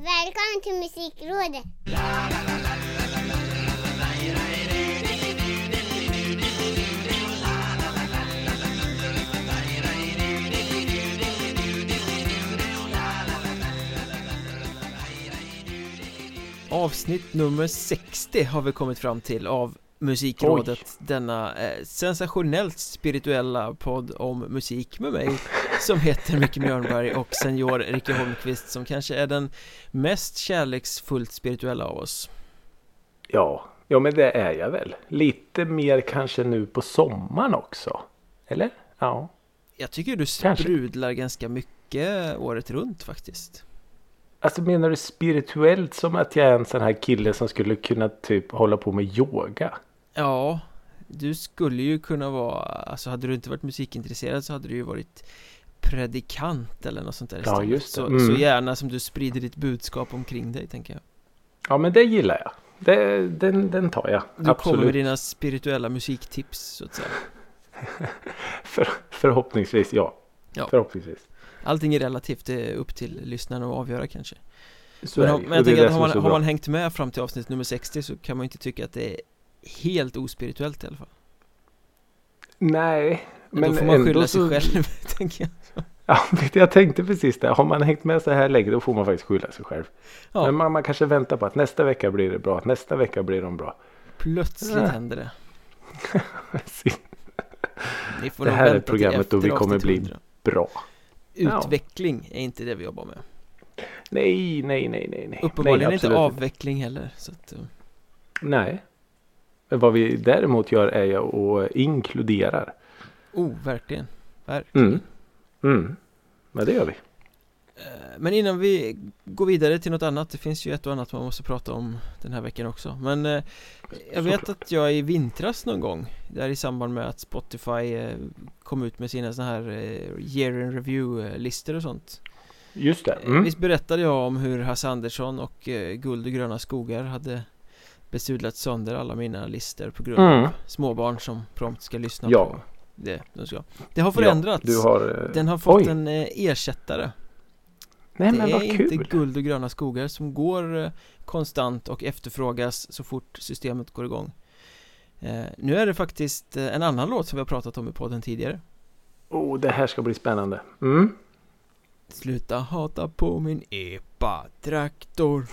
Välkommen till Musikrådet! Avsnitt nummer 60 har vi kommit fram till av Musikrådet. Oj. Denna sensationellt spirituella podd om musik med mig som heter Micke Mjörnberg och senior Rikke Holmqvist som kanske är den mest kärleksfullt spirituella av oss. Ja, men det är jag väl. Lite mer kanske nu på sommaren också. Eller? Ja. Jag tycker du sprudlar ganska mycket året runt faktiskt. Alltså menar du spirituellt som att jag är en sån här kille som skulle kunna typ hålla på med yoga? Ja, du skulle ju kunna vara, alltså hade du inte varit musikintresserad så hade du ju varit predikant eller något sånt där istället. Ja, just det. Så gärna som du sprider ditt budskap omkring dig, tänker jag. Ja, men det gillar jag. Den tar jag. Du absolut. Kommer med dina spirituella musiktips, så att säga. Förhoppningsvis, ja. Förhoppningsvis. Allting är relativt, det är upp till lyssnarna att avgöra kanske. Men jag tänker att har man hängt med fram till avsnitt nummer 60 så kan man inte tycka att det är helt ospirituellt i alla fall. Nej, men då får man skylla sig själv, tänker jag. Ja, jag tänkte precis det. Har man hängt med så här länge då får man faktiskt skylla sig själv. Ja. Men man kanske väntar på att nästa vecka blir det bra, att nästa vecka blir de bra. Plötsligt händer det. Ni får det här är programmet då vi kommer bli bra. Utveckling är inte det vi jobbar med. Nej. Uppenbarligen inte avveckling heller. Så att, nej. Men vad vi däremot gör är ju att inkluderar. Verkligen. Men det gör vi. Men innan vi går vidare till något annat, det finns ju ett och annat man måste prata om den här veckan också. Men jag vet att jag i vintras någon gång, där i samband med att Spotify kom ut med sina såna här year in review-listor och sånt. Just det. Visst berättade jag om hur Hasse Andersson och Guld och gröna skogar hade besudlat sönder alla mina listor på grund av småbarn som prompt ska lyssna på det. Det har förändrats. Den har fått en ersättare. Nej, det men är inte Guld och gröna skogar som går konstant och efterfrågas så fort systemet går igång. Nu är det faktiskt en annan låt som vi har pratat om i podden tidigare. Det här ska bli spännande. Sluta hata på min epa-traktor.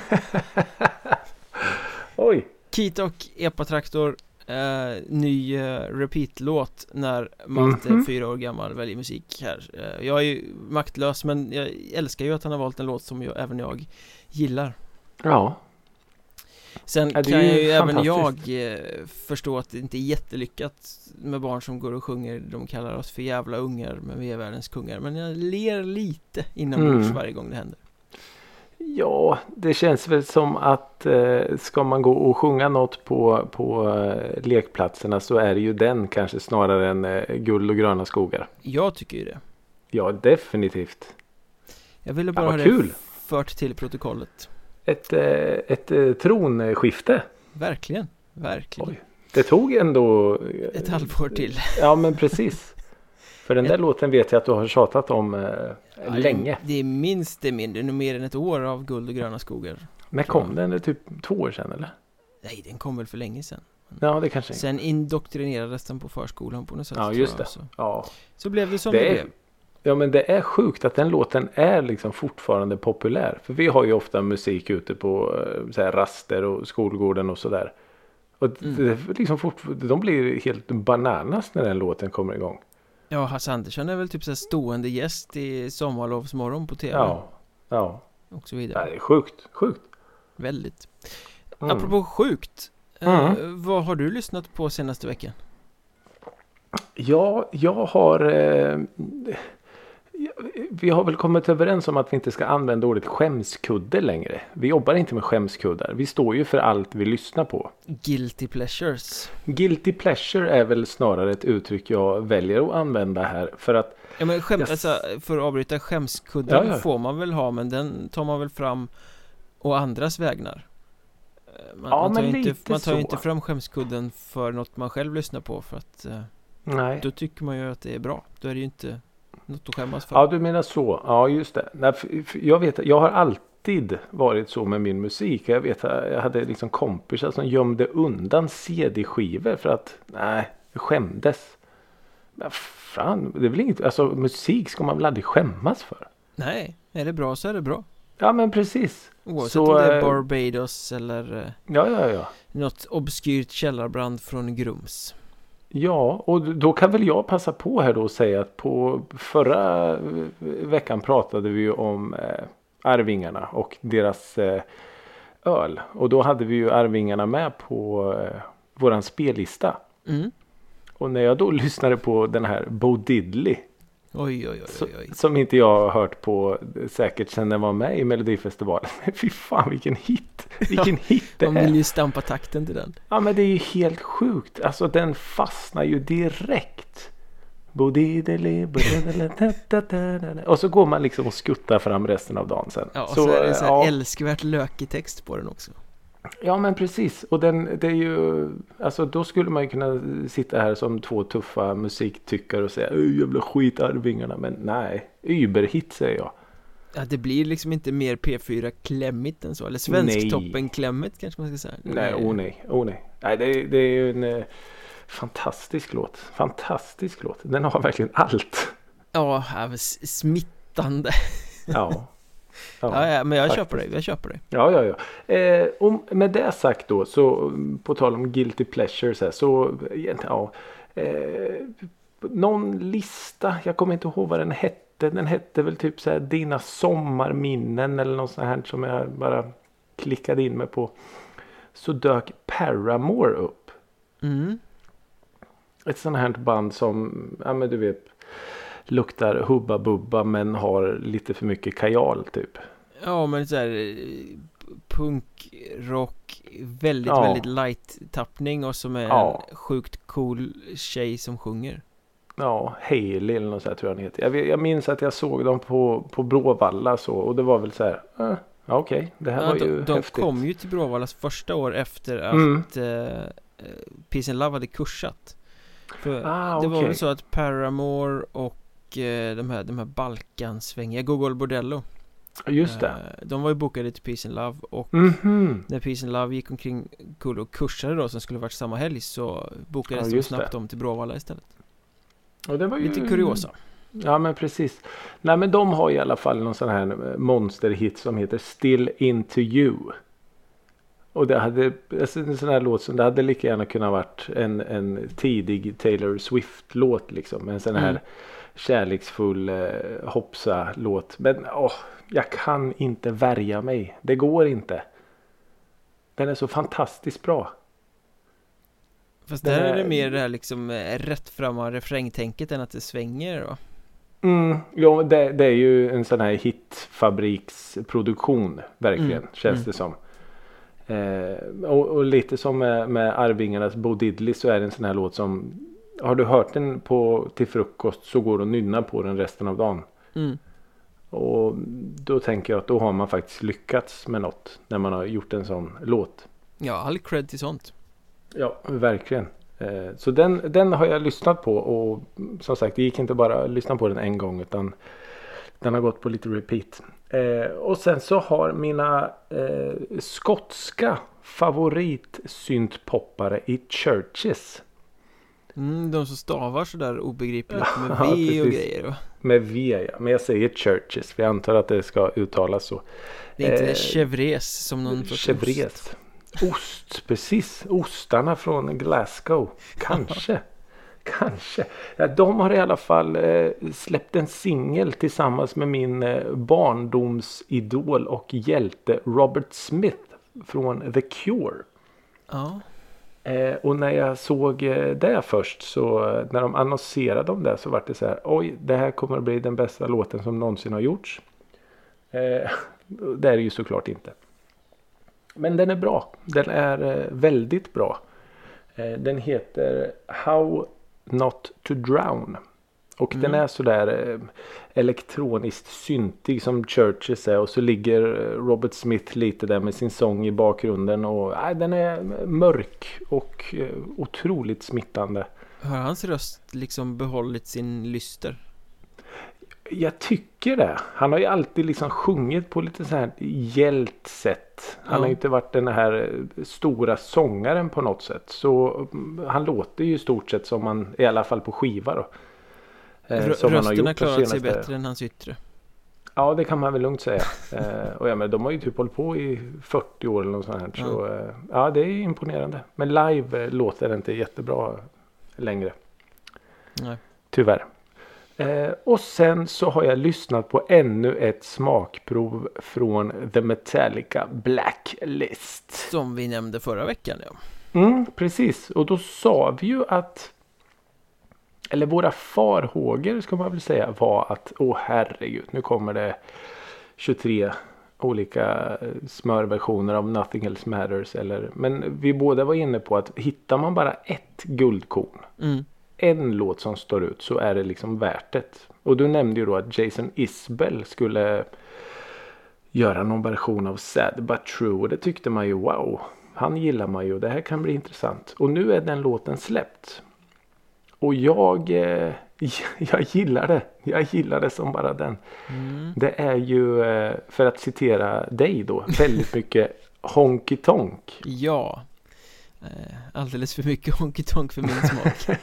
Oj. Kitok, epa-traktor. Ny repeat-låt när Malte är 4 år gammal väljer musik här. Jag är ju maktlös, men jag älskar ju att han har valt en låt som även jag gillar. Ja. Sen kan ju även jag förstå att det inte är jättelyckat med barn som går och sjunger. De kallar oss för jävla ungar, men vi är världens kungar. Men jag ler lite inombords varje gång det händer. Ja, det känns väl som att ska man gå och sjunga något på lekplatserna så är det ju den kanske snarare än Guld och gröna skogar. Jag tycker ju det. Ja, definitivt. Jag ville bara ha det fört till protokollet. Ett tronskifte. Verkligen. Oj, det tog ändå ett halvår till. Ja, men precis. För den där låten vet jag att du har tjatat om länge. Det är minst det mindre, nu mer än ett år av Guld och gröna skogar. Men kom den? Det typ 2 år sedan eller? Nej, den kom väl för länge sedan. Ja, det kanske. Sen indoktrinerades den på förskolan på något sätt. Ja, just det. Så blev det som det blev. Ja, men det är sjukt att den låten är liksom fortfarande populär. För vi har ju ofta musik ute på så här raster och skolgården och sådär. Och det liksom de blir helt bananas när den låten kommer igång. Ja, Hasse Andersson är väl typ så här stående gäst i Sommarlovsmorgon på tv. Ja. Och så vidare. Det är sjukt. Väldigt. Apropå sjukt. Vad har du lyssnat på senaste veckan? Ja, jag har... vi har väl kommit överens om att vi inte ska använda ordet skämskudde längre. Vi jobbar inte med skämskuddar. Vi står ju för allt vi lyssnar på. Guilty pleasures. Guilty pleasure är väl snarare ett uttryck jag väljer att använda här. För att... Ja, men alltså, för att avbryta, skämskudden får man väl ha, men den tar man väl fram och andras vägnar. Man tar ju inte fram skämskudden för något man själv lyssnar på, för att då tycker man ju att det är bra. Då är det ju inte något att skämmas för. Ja, du menar så. Ja, just det. Nej, jag vet, jag har alltid alltid varit så med min musik. Jag vet att jag hade liksom kompisar som gömde undan CD-skivor för att jag skämdes. Men fan, det är väl inget, alltså musik ska man väl aldrig skämmas för. Nej, är det bra så är det bra. Ja, men precis. Oavsett så, om det är Barbados eller ja. något obskyrt källarbrand från Grums. Ja, och då kan väl jag passa på här då och säga att på förra veckan pratade vi ju om Arvingarna och deras öl. Och då hade vi ju Arvingarna med på våran spellista. Mm. Och när jag då lyssnade på den här Bo Diddley. Oj. Som inte jag har hört på säkert sedan den var med i Melodifestivalen. Men fy fan, vilken hit. Vilken hit det är. Man vill ju stampa takten till den. Ja, men det är ju helt sjukt. Alltså den fastnar ju direkt. Bo Diddley. Och så går man liksom och skuttar fram resten av dagen sen. Ja, och så är det så här älskvärt lökig text på den också. Ja, men precis. Och det är ju, alltså då skulle man ju kunna sitta här som två tuffa musiktyckare och säga jävla skit Arvingarna, men nej, überhit säger jag. Ja, det blir liksom inte mer P4-klämmigt än så, eller Svensktoppen-klämmigt kanske man ska säga. Nej, nej. Nej, det är ju en fantastisk låt. Den har verkligen allt. Ja, smittande. Ja. Ja, men jag köper dig. Ja. Och med det sagt då, så på tal om guilty pleasures så någon lista, jag kommer inte ihåg vad den hette. Den hette väl typ så här Dina sommarminnen eller något sånt här som jag bara klickade in mig på. Så dök Paramore upp. Mm. Ett sånt här band som, ja men du vet, luktar Hubba Bubba men har lite för mycket kajal typ. Ja, men så här punkrock, väldigt light tappning och som är en sjukt cool tjej som sjunger. Ja, Hailey eller något så här tror jag den heter. Jag minns att jag såg dem på Bråvalla så, och det var väl så här, okej, det här var ju de häftigt. De kom ju till Bråvallas första år efter att Peace and Love hade kursat. För det var väl så att Paramore och de här Balkansvängiga Gogol Bordello. Just det. De var ju bokade till Peace and Love och när Peace and Love gick omkring och kursade då som skulle varit samma helg så bokades de snabbt om till Bråvalla istället. Och det var ju lite kuriosa. Ja, men precis. Nej, men de har i alla fall någon sån här monsterhit som heter Still Into You. Och det hade en sån här låt som det hade lika gärna kunnat varit en tidig Taylor Swift-låt liksom. En sån här kärleksfull hoppsa-låt. Men jag kan inte värja mig. Det går inte. Den är så fantastiskt bra. Fast där är det mer det här liksom rättframma refrängtänket än att det svänger då. Ja, det är ju en sån här hitfabriksproduktion verkligen, känns det som. Och lite som med Arvingarnas Bo Diddley så är det en sån här låt som, har du hört den till frukost så går du och nynna på den resten av dagen. Och då tänker jag att då har man faktiskt lyckats med något när man har gjort en sån låt. Ja, all cred till sånt. Ja, verkligen. Så den har jag lyssnat på och som sagt, det gick inte bara att lyssna på den en gång utan den har gått på lite repeat. Och sen så har mina skotska favoritsyntpoppare i Churches. De som stavar så där obegripligt med V och grejer va? Med V, ja. Men jag säger Churches för jag antar att det ska uttalas så. Det är inte Chevres som någon Chevres. Ost, precis. Ostarna från Glasgow. Kanske. Ja, de har i alla fall släppt en singel tillsammans med min barndomsidol och hjälte Robert Smith från The Cure. Ja. Och när jag såg det först så när de annonserade om det så var det så här, oj, det här kommer att bli den bästa låten som någonsin har gjorts. Det är det ju såklart inte. Men den är bra. Den är väldigt bra. Den heter How Not to Drown. Och den är sådär elektroniskt syntig som Churches är. Och så ligger Robert Smith lite där med sin sång i bakgrunden. Och den är mörk och otroligt smittande. Har hans röst liksom behållit sin lyster? Jag tycker det. Han har ju alltid liksom sjungit på lite så här hjält sätt. Han har ju inte varit den här stora sångaren på något sätt. Så han låter ju i stort sett som man, i alla fall på skiva då. Som rösten har klarat sig bättre än hans yttre. Ja, det kan man väl lugnt säga. Och ja, men de har ju typ hållit på i 40 år eller något sånt här. Så ja, det är imponerande. Men live låter det inte jättebra längre. Nej. Tyvärr. Och sen så har jag lyssnat på ännu ett smakprov från The Metallica Blacklist. Som vi nämnde förra veckan, ja. Precis. Och då sa vi ju att, eller våra farhågor ska man väl säga, var att herregud, nu kommer det 23 olika smörversioner av Nothing Else Matters. Men vi båda var inne på att hittar man bara ett guldkorn, en låt som står ut, så är det liksom värt det. Och du nämnde ju då att Jason Isbell skulle göra någon version av Sad But True. Och det tyckte man ju, wow, han gillar man ju. Det här kan bli intressant. Och nu är den låten släppt. Och jag gillar det. Jag gillar det som bara den. Det är ju, för att citera dig då, väldigt mycket honky tonk. Ja. Alldeles för mycket honky tonk för min smak.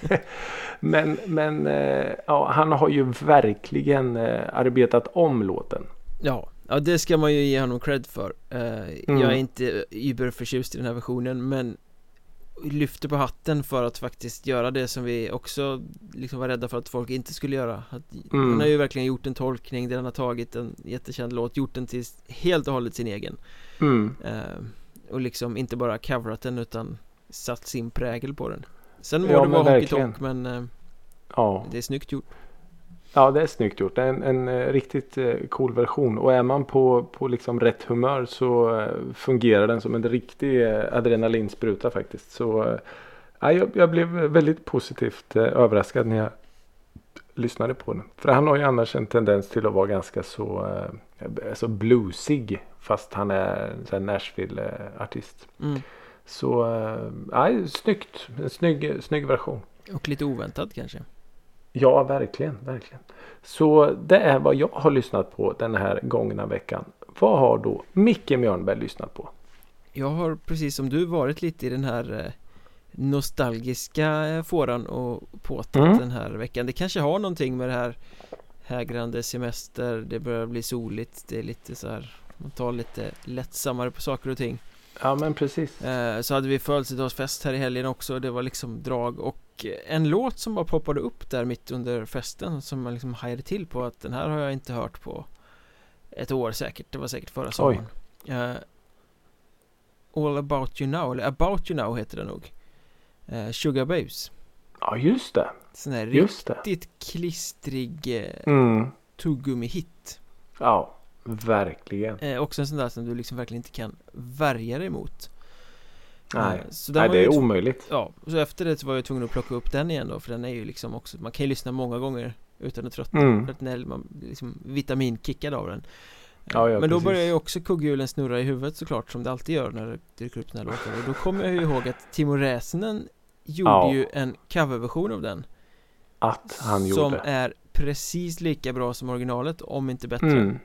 men ja, han har ju verkligen arbetat om låten. Ja, det ska man ju ge honom cred för. Jag är inte überförtjust i den här versionen, men lyfter på hatten för att faktiskt göra det som vi också liksom var rädda för att folk inte skulle göra. Han har ju verkligen gjort en tolkning där han har tagit en jättekänd låt, gjort den till helt och hållet sin egen. Och liksom inte bara coverat den utan satt sin prägel på den. Sen må det vara honky tonk, men det är snyggt gjort. Ja, det är snyggt gjort. Det är en riktigt cool version. Och är man på liksom rätt humör så fungerar den som en riktig adrenalinspruta faktiskt. Så jag blev väldigt positivt överraskad när jag lyssnade på den. För han har ju annars en tendens till att vara ganska så bluesig, fast han är en sån här Nashville-artist. Så snyggt. En snygg version. Och lite oväntad kanske. Ja, verkligen. Så det är vad jag har lyssnat på den här gångna veckan. Vad har då Micke Mjörnberg lyssnat på? Jag har precis som du varit lite i den här nostalgiska fåran och påtat den här veckan. Det kanske har någonting med det här hägrande semester, det börjar bli soligt, det är lite så här, man tar lite lättsammare på saker och ting. Ja, men precis. Så hade vi födelsedagsfest här i helgen också. Det var liksom drag. Och en låt som bara poppade upp där mitt under festen, som man liksom hajade till på att den här har jag inte hört på ett år säkert. Det var säkert förra sommaren. All About You Now, eller About You Now heter det nog. Sugar Babes. Ja, just det. Sån här riktigt klistrig tuggummi-hit. Ja, verkligen. Också en sån där som du liksom verkligen inte kan värja dig emot. Nej, så det är omöjligt. Ja, så efter det så var jag tvungen att plocka upp den igen då, för den är ju liksom också, man kan ju lyssna många gånger utan att tröttna, för att man liksom vitaminkickad av den. Men då precis. börjar ju också kugghjulen snurra i huvudet såklart, som det alltid gör när det dyker upp den här låten. Och då kommer jag ju ihåg att Timo Räsänen gjorde ju en coverversion av den. Att han gjorde. Som är precis lika bra som originalet, om inte bättre.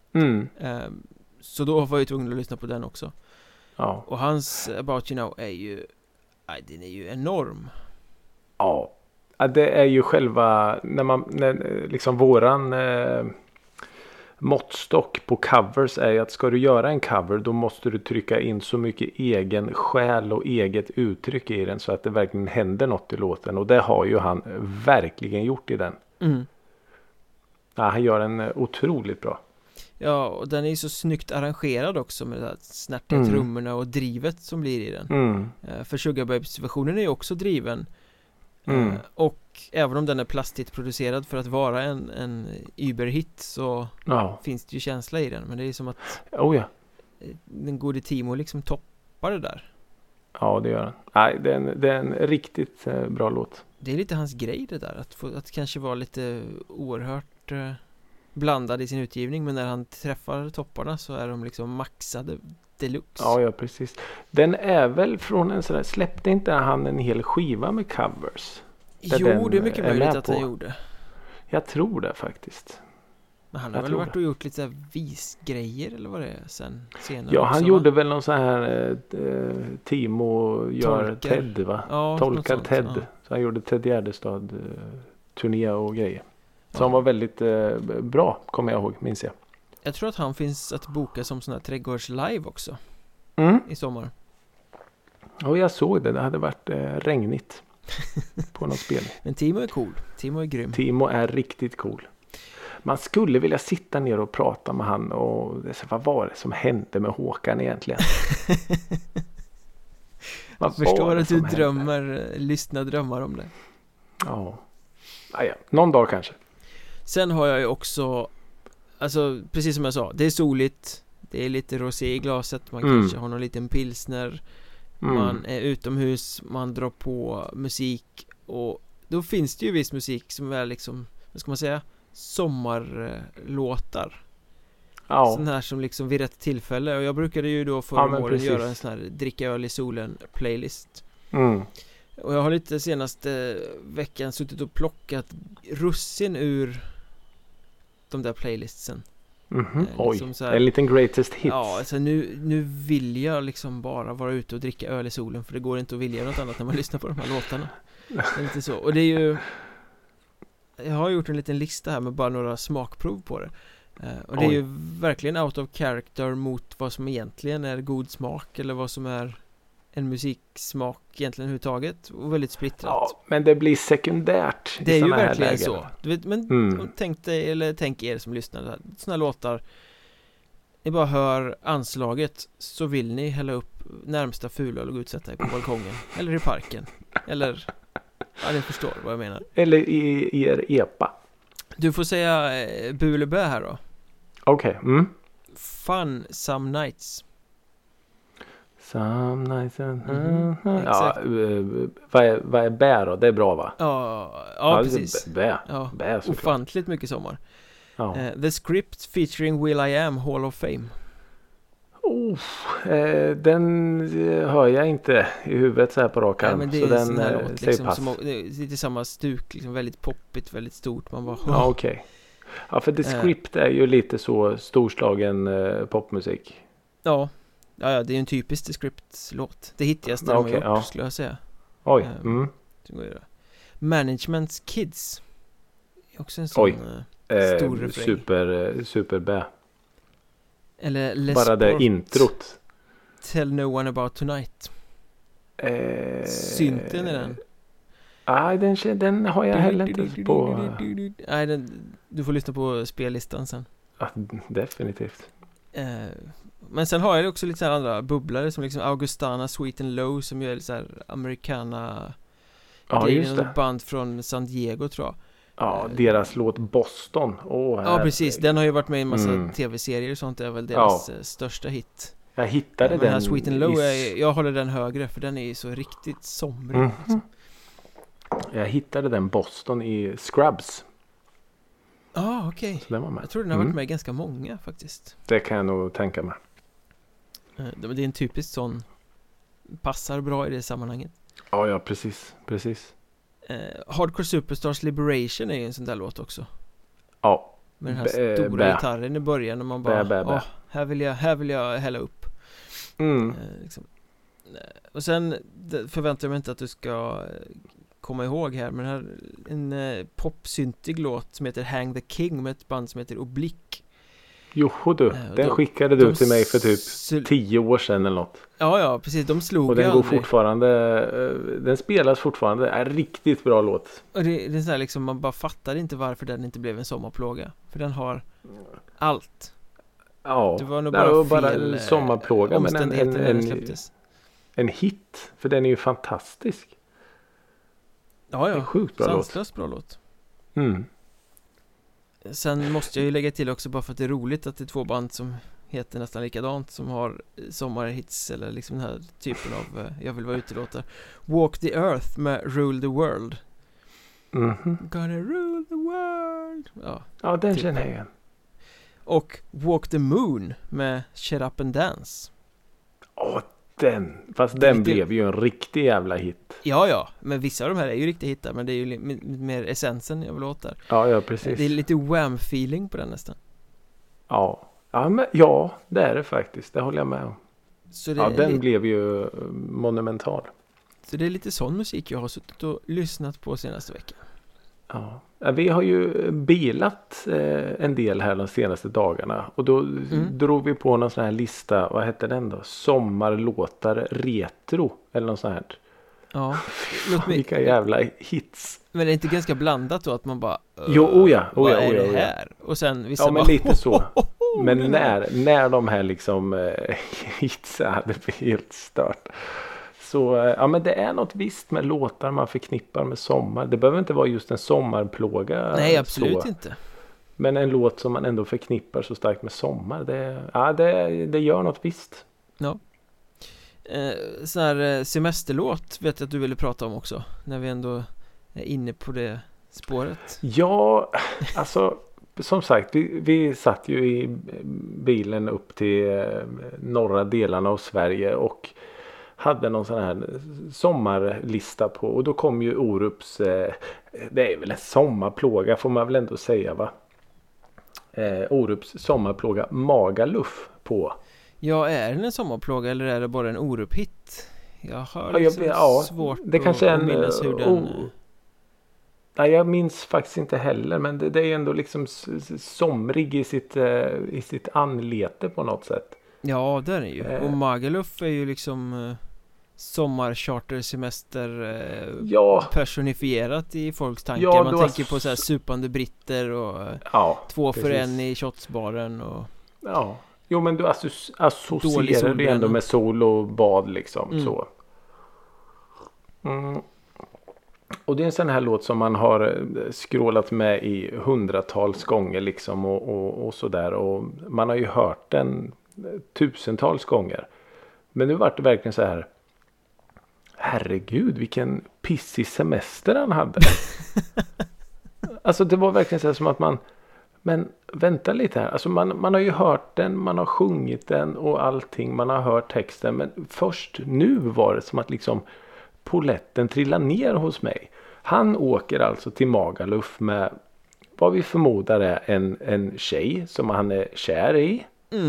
Så då var jag tvungen att lyssna på den också. Ja. Och hans About You Now är ju, den är ju enorm. Ja, det är ju själva när liksom våran måttstock på covers är att ska du göra en cover, då måste du trycka in så mycket egen själ och eget uttryck i den så att det verkligen händer något i låten. Och det har ju han verkligen gjort i den. Ja, han gör den otroligt bra. Ja, och den är ju så snyggt arrangerad också med de här snärtiga trummorna och drivet som blir i den. För Sugar Babes-versionen är ju också driven. Och även om den är plastigt producerad för att vara en Uber-hit, så finns det ju känsla i den. Men det är som att den gode Timo liksom toppar det där. Ja, det gör den. Nej, det är en riktigt bra låt. Det är lite hans grej det där, att kanske vara lite oerhört blandad i sin utgivning, men när han träffar topparna så är de liksom maxade deluxe. Ja, precis. Den är väl från en sån där, släppte inte han en hel skiva med covers? Jo, det är mycket möjligt att han gjorde. Jag tror det faktiskt. Men han har väl varit och gjort lite så här visgrejer eller vad det är sen senare. Ja, han också, gjorde väl någon sån här Timo gör Tolkar. Ted, va? Ja, Tolkar något sånt, Ted. ja. Så han gjorde Ted Gärdestad turné och grejer. Så han var väldigt bra, kommer jag ihåg, minns jag. Jag tror att han finns att boka som sån här trädgårdslive också i sommar. Och jag såg det hade varit regnigt på något spel. Men Timo är cool, Timo är grym. Timo är riktigt cool. Man skulle vilja sitta ner och prata med han och vad var det som hände med Håkan egentligen? Jag förstår att du lyssnar drömmar om det. Ja. Någon dag kanske. Sen har jag ju också, alltså precis som jag sa, det är soligt, det är lite rosé i glaset, man kanske har någon liten pilsner, man är utomhus, man drar på musik, och då finns det ju viss musik som är liksom, vad ska man säga, sommarlåtar. Ja. Sån här som liksom vid rätt tillfälle, och jag brukade ju då förra året göra en sån här dricka öl i solen playlist. Och jag har lite senaste veckan suttit och plockat russin ur de där playlistsen. Oj, så här, en liten greatest hits. Ja, alltså nu vill jag liksom bara vara ute och dricka öl i solen, för det går inte att vilja något annat när man lyssnar på de här låtarna. Det är lite så. Och det är ju, jag har gjort en liten lista här med bara några smakprov på det. Och det är ju verkligen out of character mot vad som egentligen är god smak, eller vad som är en musiksmak egentligen överhuvudtaget, och väldigt splittrat. Ja, men det blir sekundärt. Det är ju verkligen så. Du vet, men tänk er som lyssnar, såna här låtar, ni bara hör anslaget, så vill ni hälla upp närmsta fulöl och gå ut och sätta er på balkongen eller i parken, eller ja, ni förstår vad jag menar. Eller i er epa. Du får säga bu eller bä här då. Okej. Fun Some Nights. Some nights ja, vad är bä då? Det är bra, va? Ja, precis. Bä såklart. Ofantligt mycket sommar. Ja. The Script featuring Will I Am, Hall of Fame. Den hör jag inte i huvudet så här på rak arm. Men det är en sån här låt liksom, det är lite samma stuk, liksom, väldigt poppigt, väldigt stort. Man bara, ja, okej. Ja, för The Script är ju lite så storslagen popmusik. Ja, det är ju en typisk The Script-låt. Det hittigaste de har gjort, skulle jag säga. Oj. Management's Kids. Också en sån stor refräng. Super bä. Eller Les bara det Sport. introt. Tell No One About Tonight. Synten är den. Nej, den har jag heller inte på. Nej, du får lyssna på spellistan sen. Ja, definitivt. Men sen har jag också lite så här andra bubblare, som liksom Augustana, Sweet and Low, som ju är så här americana. Ja, just det. Band från San Diego, tror jag. Ja, deras låt Boston. Ja, precis. Den har ju varit med i en massa tv-serier och sånt. Det är väl deras största hit. Jag hittade den. Här Sweet and Low, jag håller den högre, för den är ju så riktigt somrig. Liksom. Jag hittade den Boston i Scrubs. Okej. Så den var med. Jag tror den har varit med ganska många faktiskt. Det kan jag nog tänka mig. Det är en typisk sån, passar bra i det sammanhanget. Ja, precis. Hardcore Superstars Liberation är ju en sån där låt också. Ja. Med den här stora gitarren i början, och man bara här vill jag hälla upp. Liksom. Och sen förväntar jag mig inte att du ska komma ihåg här, men här en popsyntig låt som heter Hang the King, med ett band som heter Oblique. Joho du, den skickade du till mig för typ 10 år sedan eller något. Ja, precis, de slog. Och den går fortfarande, den spelas fortfarande, är riktigt bra låt. Och det är så här liksom, man bara fattar inte varför den inte blev en sommarplåga, för den har allt. Ja, det var nog bara fel sommarplåga, men en hit, för den är ju fantastisk. Ja, en sjukt bra bra låt. Mm. Sen måste jag ju lägga till också, bara för att det är roligt, att det är 2 band som heter nästan likadant, som har sommarhits, eller liksom den här typen av jag vill vara ute-låtar. Walk the Earth med Rule the World. Gonna rule the world. Ja, den känner jag igen. Och Walk the Moon med Shut Up and Dance. Den blev ju en riktig jävla hit. Ja, men vissa av de här är ju riktiga hittar, men det är ju mer essensen jag vill låta där. Ja, precis. Det är lite Wham-feeling på den nästan. Ja, det är det faktiskt. Det håller jag med om. Så det Den blev ju monumental. Så det är lite sån musik jag har suttit och lyssnat på senaste veckan. Ja, vi har ju bilat en del här de senaste dagarna. Och då drog vi på någon sån här lista. Vad hette den då? Sommarlåtar retro. Eller något sånt här. Ja, vilka jävla hits. Men det är inte ganska blandat då att man bara vad är det här? Och sen vissa men bara, lite så. Men när de här liksom hitsen hade blivit helt stört. Så men det är något visst med låtar man förknippar med sommar. Det behöver inte vara just en sommarplåga. Nej, absolut inte. Men en låt som man ändå förknippar så starkt med sommar. Det gör något visst. Ja. Så här semesterlåt vet jag att du ville prata om också. När vi ändå är inne på det spåret. Ja, alltså som sagt, vi satt ju i bilen upp till norra delarna av Sverige och hade någon sån här sommarlista på. Och då kom ju Orups, det är väl en sommarplåga får man väl ändå säga, va? Orups sommarplåga Magaluf på. Ja, är det en sommarplåga eller är det bara en Orup-hit? Jag har svårt det kanske att minnas hur den... Nej, jag minns faktiskt inte heller. Men det är ändå liksom somrig i sitt anlete på något sätt. Ja, det är det ju. Och Magaluf är ju liksom sommarchartersemester personifierat i folks tankar. Man tänker på så här supande britter och 2 för 1 i shotsbaren och... Ja, jo men du associerar det ändå med sol och bad liksom så. Och det är en sån här låt som man har scrollat med i hundratals gånger liksom och sådär. Och man har ju hört den tusentals gånger. Men nu var det verkligen så här. Herregud, vilken pissig semester han hade. Alltså det var verkligen så här som att man... Men vänta lite här. Alltså man har ju hört den, man har sjungit den och allting. Man har hört texten. Men först nu var det som att liksom poletten trillar ner hos mig. Han åker alltså till Magaluf med vad vi förmodar är en tjej som han är kär i.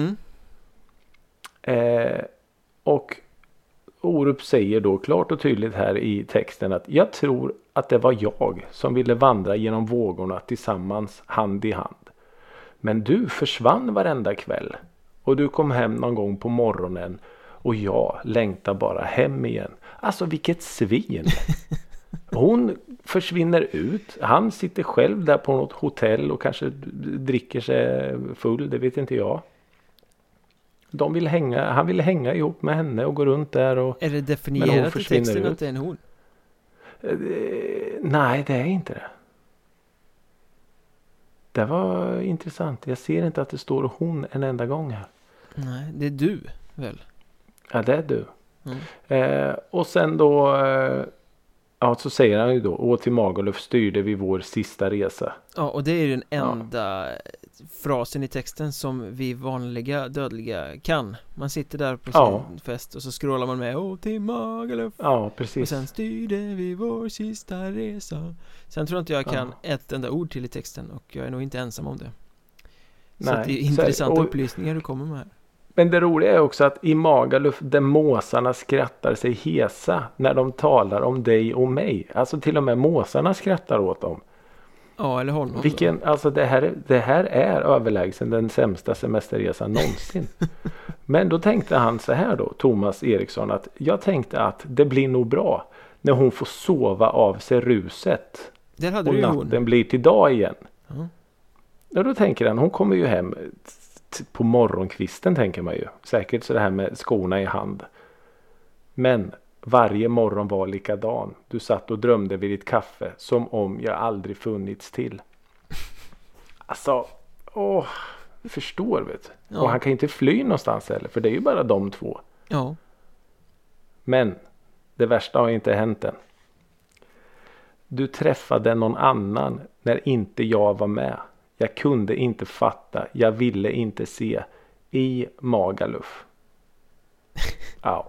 Och Orup säger då klart och tydligt här i texten att jag tror att det var jag som ville vandra genom vågorna tillsammans hand i hand. Men du försvann varenda kväll och du kom hem någon gång på morgonen och jag längtar bara hem igen. Alltså vilket svin. Hon försvinner ut. Han sitter själv där på något hotell och kanske dricker sig full, det vet inte jag. Han vill hänga ihop med henne och gå runt där och... Är det definierat i texten att det är en hon? Nej, det är inte det. Det var intressant. Jag ser inte att det står hon en enda gång här. Nej, det är du väl? Ja, det är du. Och sen då... så säger han ju då, åt till Magaluf styrde vi vår sista resa. Ja, och det är den enda frasen i texten som vi vanliga dödliga kan. Man sitter där på sin fest och så scrollar man med, åt till Magaluf. Ja, precis. Och sen styrde vi vår sista resa. Sen tror inte jag kan ett enda ord till i texten och jag är nog inte ensam om det. Så det är intressanta upplysningar du kommer med här. Men det roliga är också att i Magaluf där måsarna skrattar sig hesa när de talar om dig och mig. Alltså till och med måsarna skrattar åt dem. Ja, eller honom. Alltså det här är överlägsen den sämsta semesterresan någonsin. Men då tänkte han så här då, Thomas Eriksson, att jag tänkte att det blir nog bra när hon får sova av sig ruset. Där hade och natten blir till dag igen. Ja, då tänker han, hon kommer ju hem på morgonkvisten tänker man ju. Säkert så det här med skorna i hand. Men varje morgon var likadan. Du satt och drömde vid ditt kaffe som om jag aldrig funnits till. Alltså, förstår vet du. Ja. Och han kan inte fly någonstans heller, för det är ju bara de två. Ja. Men det värsta har inte hänt än. Du träffade någon annan när inte jag var med. Jag kunde inte fatta. Jag ville inte se. I Magaluf. Ja.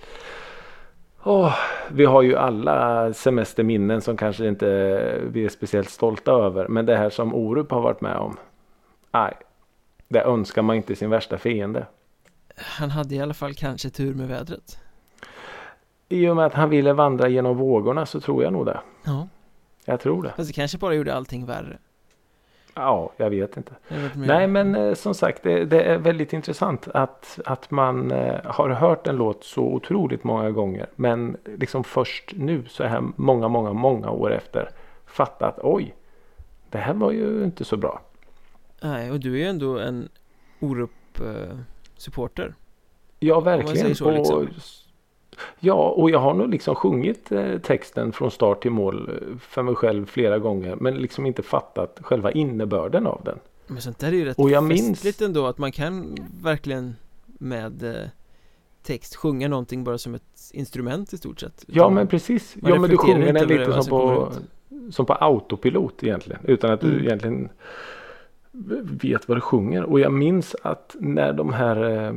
Vi har ju alla semesterminnen som kanske inte vi är speciellt stolta över. Men det här som Orup har varit med om. Nej. Det önskar man inte sin värsta fiende. Han hade i alla fall kanske tur med vädret. I och med att han ville vandra genom vågorna så tror jag nog det. Ja. Jag tror det. Fast det kanske bara gjorde allting värre. Ja, jag vet inte. Nej, men som sagt, det är väldigt intressant att man har hört en låt så otroligt många gånger. Men liksom först nu så här många år efter fattat, oj, det här var ju inte så bra. Nej, och du är ju ändå en Orup-supporter. Ja, verkligen. Så, liksom. Ja, och jag har nog liksom sjungit texten från start till mål för mig själv flera gånger. Men liksom inte fattat själva innebörden av den. Men sånt där är ju rätt festligt ändå. Att man kan verkligen med text sjunga någonting bara som ett instrument i stort sett. Ja, men precis. Ja, men du sjunger den lite som på autopilot egentligen. Utan att du egentligen vet vad du sjunger. Och jag minns att när de här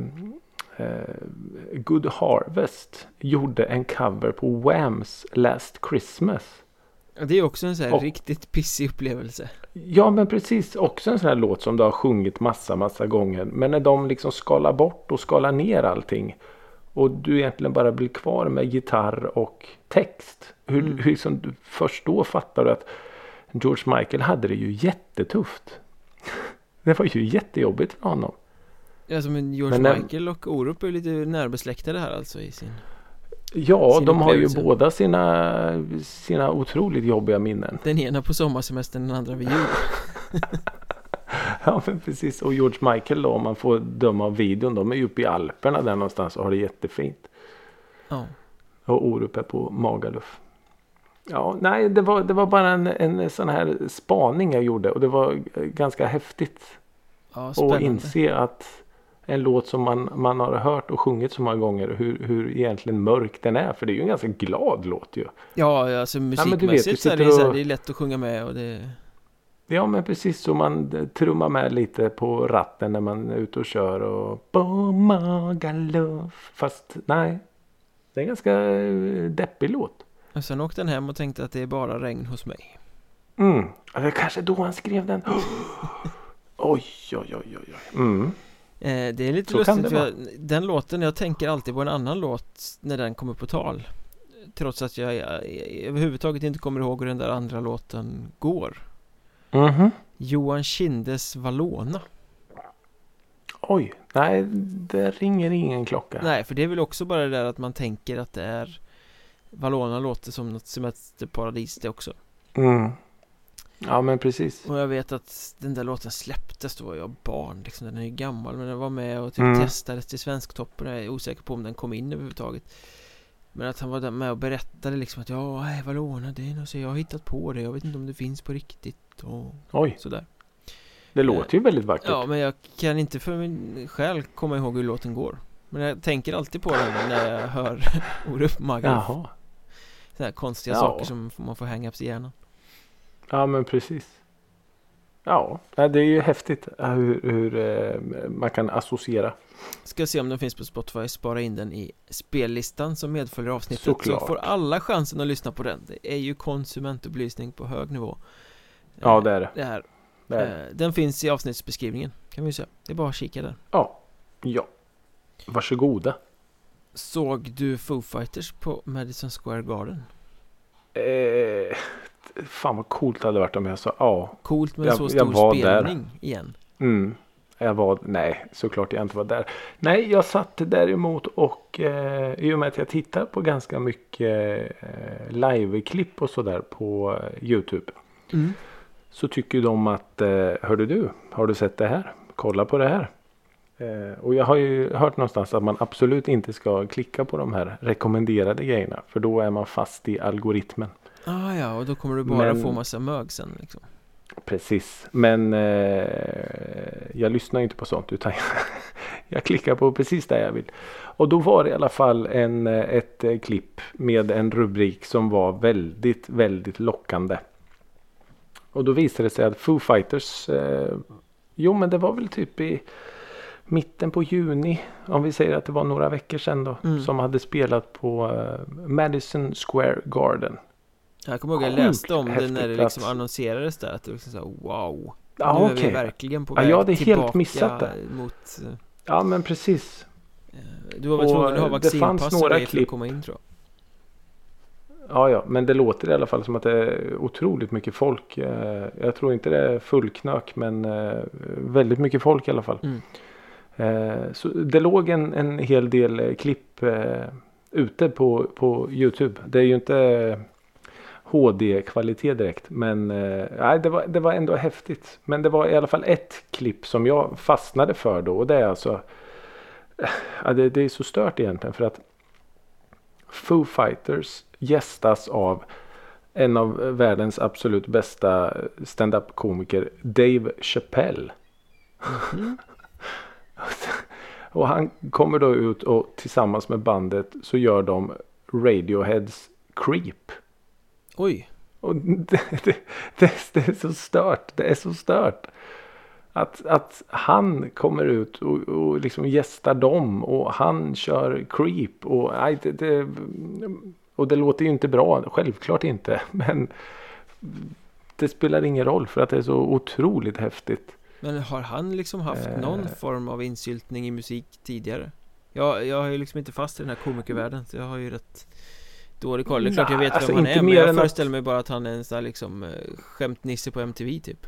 Good Harvest gjorde en cover på Whams Last Christmas. Ja, det är också en sån här riktigt pissig upplevelse. Ja, men precis. Också en sån här låt som du har sjungit massa gånger. Men när de liksom skalar bort och skalar ner allting och du egentligen bara blir kvar med gitarr och text. Hur liksom, först då fattar du att George Michael hade det ju jättetufft. Det var ju jättejobbigt för honom. Alltså, men George Michael och Orup är lite närbesläktade här alltså i sin... Ja, sin de har ju båda sina otroligt jobbiga minnen. Den ena på sommarsemestern, den andra vid jul. Ja, men precis. Och George Michael då, om man får döma av videon, de är ju uppe i Alperna där någonstans och har det jättefint. Ja. Och Orup är på Magaluf. Ja, nej, det var bara en sån här spaning jag gjorde. Och det var ganska häftigt att inse att en låt som man har hört och sjungit så många gånger, hur egentligen mörk den är. För det är ju en ganska glad låt ju. Ja, alltså musikmässigt så är det lätt att sjunga med. Och det... Ja, men precis, så man trummar med lite på ratten när man är ute och kör. Och på Magaluf. Fast nej, det är en ganska deppig låt. Och sen åkte han hem och tänkte att det är bara regn hos mig. Det är kanske då han skrev den. Oj. Det är lite så lustigt för den låten, jag tänker alltid på en annan låt när den kommer på tal. Trots att jag överhuvudtaget inte kommer ihåg hur den där andra låten går. Johan Kindes Valona. Oj, nej, det ringer ingen klocka. Nej, för det är väl också bara det där att man tänker att det är Valona låter som något semesterparadis det också. Ja, men precis. Och jag vet att den där låten släpptes då var jag barn liksom. Den är ju gammal, men den var med och typ testades till Svensktoppen. Jag är osäker på om den kom in överhuvudtaget. Men att han var där med och berättade liksom att Valona, det är något så jag har hittat på det. Jag vet inte om det finns på riktigt och sådär. Det låter ju väldigt vackert. Ja, men jag kan inte för min själ komma ihåg hur låten går. Men jag tänker alltid på den när jag hör Orup Magaluf. Sådana här konstiga saker som man får hänga upp sig i hjärnan. Ja, men precis. Ja, det är ju häftigt hur man kan associera. Ska se om den finns på Spotify. Spara in den i spellistan som medföljer avsnittet. Såklart. Så får alla chansen att lyssna på den. Det är ju konsumentupplysning på hög nivå. Ja, det är det. Det här. Den finns i avsnittsbeskrivningen, kan vi säga. Det är bara att kika där. Ja. Varsågoda. Såg du Foo Fighters på Madison Square Garden? Fan vad coolt det hade varit om jag sa Coolt med så stor spelning där. Igen. Nej, såklart jag inte var där. Nej, jag satt däremot och i och med att jag tittar på ganska mycket live-klipp och sådär på YouTube. Så tycker de att, hörde du, har du sett det här? Kolla på det här. Och jag har ju hört någonstans att man absolut inte ska klicka på de här rekommenderade grejerna. För då är man fast i algoritmen. Ja, och då kommer du bara få massa mög sen liksom. Precis, men jag lyssnar inte på sånt utan jag klickar på precis där jag vill. Och då var det i alla fall ett klipp med en rubrik som var väldigt, väldigt lockande. Och då visade det sig att Foo Fighters, men det var väl typ i mitten på juni, om vi säger att det var några veckor sedan då, som hade spelat på Madison Square Garden. Jag kommer ihåg att jag läste om det när det liksom annonserades där, att det liksom så wow. Ja, nu är okej. vi verkligen på Ja, väg jag hade tillbaka helt missat det. mot... Ja, men precis. Du var väl Och tvungen att ha det fanns vaccinpass och några grejer för att klipp. komma in, tror jag. Ja, men det låter i alla fall som att det är otroligt mycket folk. Jag tror inte det är fullknök, men väldigt mycket folk i alla fall. Så det låg en hel del klipp ute på YouTube. Det är ju inte HD-kvalitet direkt, men det var ändå häftigt. Men det var i alla fall ett klipp som jag fastnade för då, och det är alltså det är så stört egentligen, för att Foo Fighters gästas av en av världens absolut bästa stand-up-komiker, Dave Chappelle. Och han kommer då ut och tillsammans med bandet så gör de Radioheads Creep. Oj. Och det är så stört. Det är så stört. Att han kommer ut och liksom gästar dem, och han kör Creep, och det låter ju inte bra, självklart inte, men det spelar ingen roll för att det är så otroligt häftigt. Men har han liksom haft någon form av insyltning i musik tidigare? Jag har ju liksom inte fast i den här komikervärlden, så jag har ju rätt dålig koll. Det är klart jag vet vem han är, men jag föreställer mig bara att han är en sån här liksom skämtnisse på MTV typ.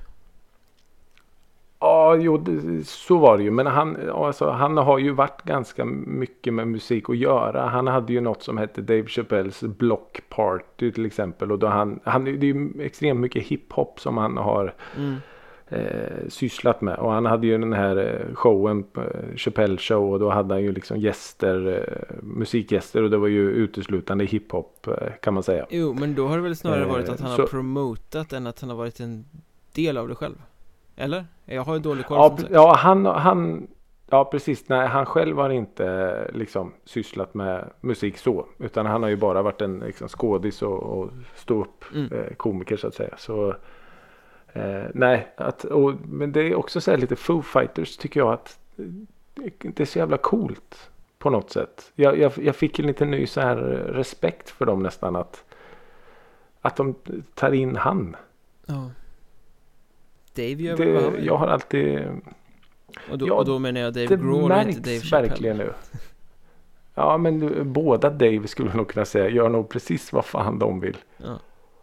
Ja, jo, så var det ju. Men han har ju varit ganska mycket med musik att göra. Han hade ju något som hette Dave Chappelles Block Party till exempel. Och då det är ju extremt mycket hiphop som han har sysslat med. Och han hade ju den här showen, Chappelle Show. Och då hade han ju liksom musikgäster. Och det var ju uteslutande hiphop, kan man säga. Jo, men då har det väl snarare varit att han har promotat än att han har varit en del av det själv. Eller? Jag har ju dålig koll. Ja, han ja, precis. Nej, han själv har inte liksom sysslat med musik så, utan han har ju bara varit en liksom skådis och stå upp komiker så att säga. Så nej, men det är också så här lite Foo Fighters, tycker jag, att det är så jävla coolt på något sätt. Jag fick en lite ny så här respekt för dem nästan, att de tar in han. Ja. Dave gör väl vad han vill. Jag har alltid... Och då menar jag Dave Grohl och inte Dave Chappelle. Verkligen nu. Ja, men båda Dave skulle jag nog kunna säga gör nog precis vad fan de vill. Ja.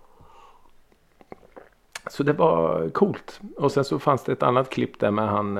Så det var coolt. Och sen så fanns det ett annat klipp där med han...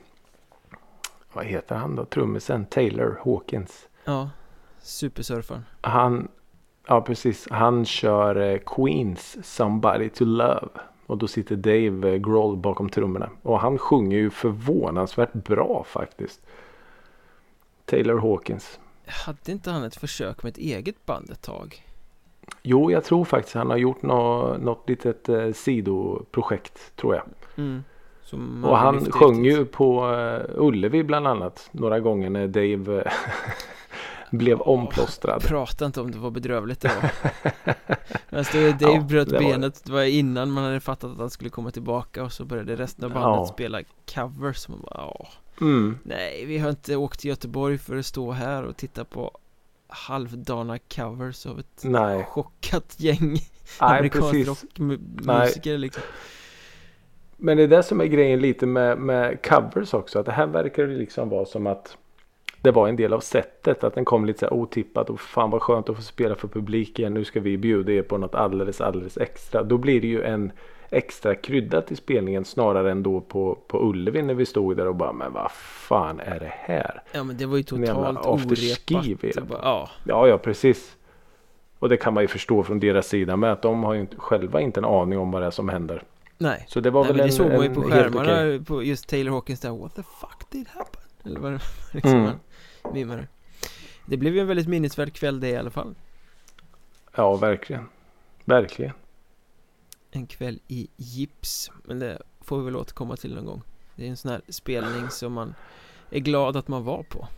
vad heter han då? Trummisen Taylor Hawkins. Ja, supersurfaren. Ja, precis. Han kör Queens Somebody to Love. Och då sitter Dave Grohl bakom trummorna. Och han sjunger ju förvånansvärt bra faktiskt. Taylor Hawkins. Hade inte han ett försök med ett eget band ett tag? Jo, jag tror faktiskt han har gjort något litet sidoprojekt, tror jag. Och han sjöng ju på Ullevi bland annat några gånger när Dave blev omplåstrad. Prata inte om det var bedrövligt det var. Alltså, Dave bröt benet. Det var innan man hade fattat att han skulle komma tillbaka. Och så började resten av bandet spela covers. Man bara, nej, vi har inte åkt till Göteborg för att stå här och titta på halvdana covers av ett chockat gäng amerikansk rockmusiker liksom. Men det är det som är grejen lite med covers också, att det här verkar liksom vara som att det var en del av sättet, att den kom lite så här otippat och fan vad skönt att få spela för publiken, nu ska vi bjuda er på något alldeles extra. Då blir det ju en extra krydda till spelningen snarare än då på Ullevi när vi stod där och bara, men vad fan är det här? Ja, men det var ju totalt orepat. Ja, precis. Och det kan man ju förstå från deras sida med, att de har ju själva inte en aning om vad det är som händer. Nej, så det var väl det såg man ju på skärmarna på just Taylor Hawkins där, what the fuck did happen? Eller vad det liksom mimade. Det blev ju en väldigt minnesvärd kväll det i alla fall. Ja, verkligen. En kväll i gips. Men det får vi väl återkomma till någon gång. Det är en sån här spelning som man är glad att man var på.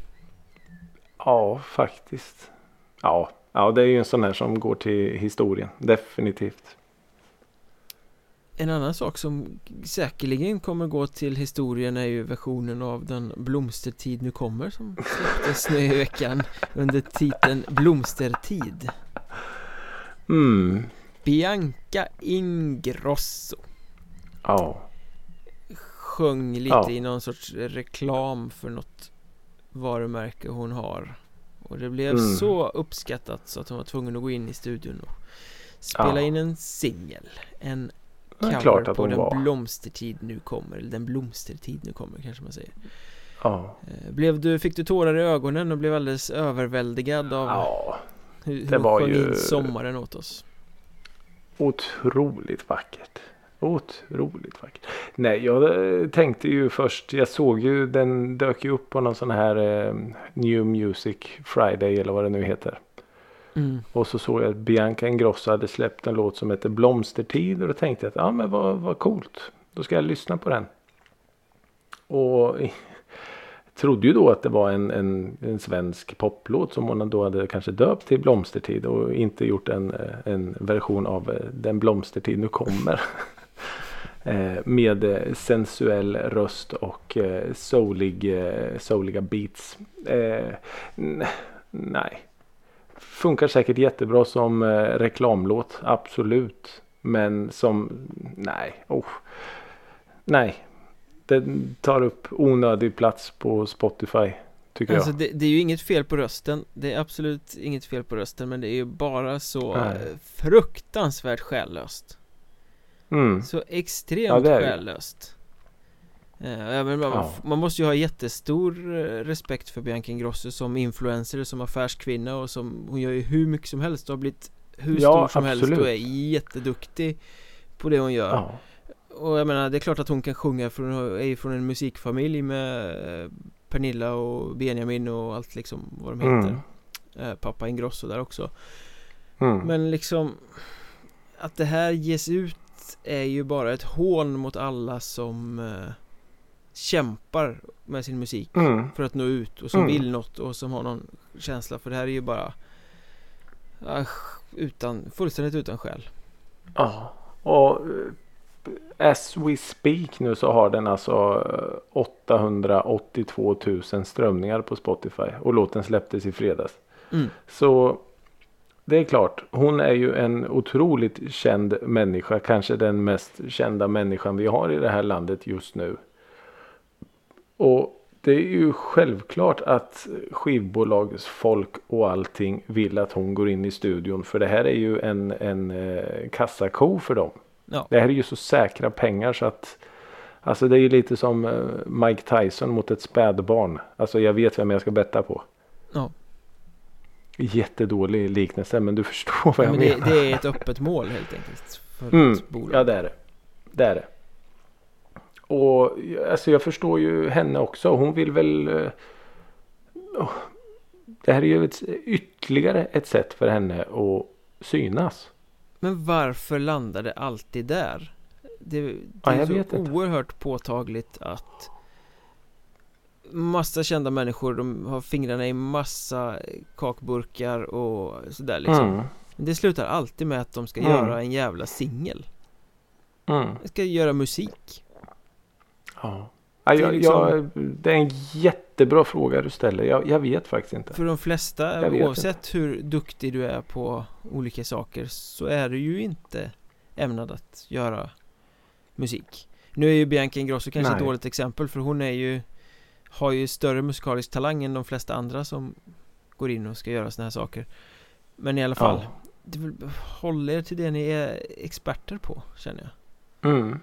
Ja, faktiskt. Ja, det är ju en sån här som går till historien. Definitivt. En annan sak som säkerligen kommer gå till historien är ju versionen av Den blomstertid nu kommer, som släpptes nu i veckan under titeln Blomstertid. Bianca Ingrosso. Ja. sjöng lite i någon sorts reklam för något varumärke hon har. Och det blev så uppskattat så att hon var tvungen att gå in i studion och spela in en singel. En cover på Den blomstertid nu kommer. Eller Den blomstertid nu kommer kanske man säger. Ja. Fick du tårar i ögonen och blev alldeles överväldigad av hur det var sjöng ju in sommaren åt oss? Otroligt vackert. Nej, jag tänkte ju först, jag såg ju, den dök ju upp på någon sån här New Music Friday eller vad det nu heter. Och så såg jag att Bianca Ingrosso hade släppt en låt som heter Blomstertid, och då tänkte jag att men vad coolt, då ska jag lyssna på den. Och trodde ju då att det var en svensk poplåt som hon då hade kanske döpt till Blomstertid och inte gjort en version av Den blomstertid nu kommer. Med sensuell röst och souliga beats. Nej. Funkar säkert jättebra som reklamlåt, absolut. Men som, nej. Den tar upp onödig plats på Spotify, tycker jag. Det är ju inget fel på rösten. Det är absolut inget fel på rösten, men det är ju bara så fruktansvärt själlöst. Så extremt själlöst. Man måste ju ha jättestor respekt för Bianca Ingrosso som influencer, som affärskvinna, och som hon gör ju hur mycket som helst och har blivit hur stor som helst och är jätteduktig på det hon gör. Och jag menar, det är klart att hon kan sjunga, för hon är från en musikfamilj med Pernilla och Benjamin och allt liksom vad de heter. Pappa Ingrosso där också. Men liksom att det här ges ut är ju bara ett hån mot alla som kämpar med sin musik för att nå ut och som vill något och som har någon känsla, för det här är ju bara fullständigt utan själ. Och as we speak nu så har den alltså 882 000 strömningar på Spotify och låten släpptes i fredags. Så det är klart, hon är ju en otroligt känd människa, kanske den mest kända människan vi har i det här landet just nu. Och det är ju självklart att skivbolagsfolk och allting vill att hon går in i studion, för det här är ju en kassako för dem. Ja. Det här är ju så säkra pengar så att alltså det är ju lite som Mike Tyson mot ett spädbarn. Alltså jag vet vem jag ska betta på. Ja. Jättedålig liknelse, men du förstår vad jag menar. Det är ett öppet mål helt enkelt för ett bolag. Ja, det är det. Och alltså jag förstår ju henne också. Hon vill väl det här är ju ytterligare ett sätt för henne att synas. Men varför landar det alltid där? Det är så oerhört påtagligt att massa kända människor, de har fingrarna i massa kakburkar och sådär liksom. Det slutar alltid med att de ska göra en jävla singel. De ska göra musik. Ja. Det är en jättebra fråga du ställer. Jag vet faktiskt inte. För de flesta, oavsett hur duktig du är på olika saker, så är du ju inte ämnad att göra musik. Nu är ju Bianca Ingrosso kanske ett dåligt exempel, för hon har ju större musikalisk talang än de flesta andra som går in och ska göra såna här saker. Men i alla fall, håll er till det ni är experter på, känner jag.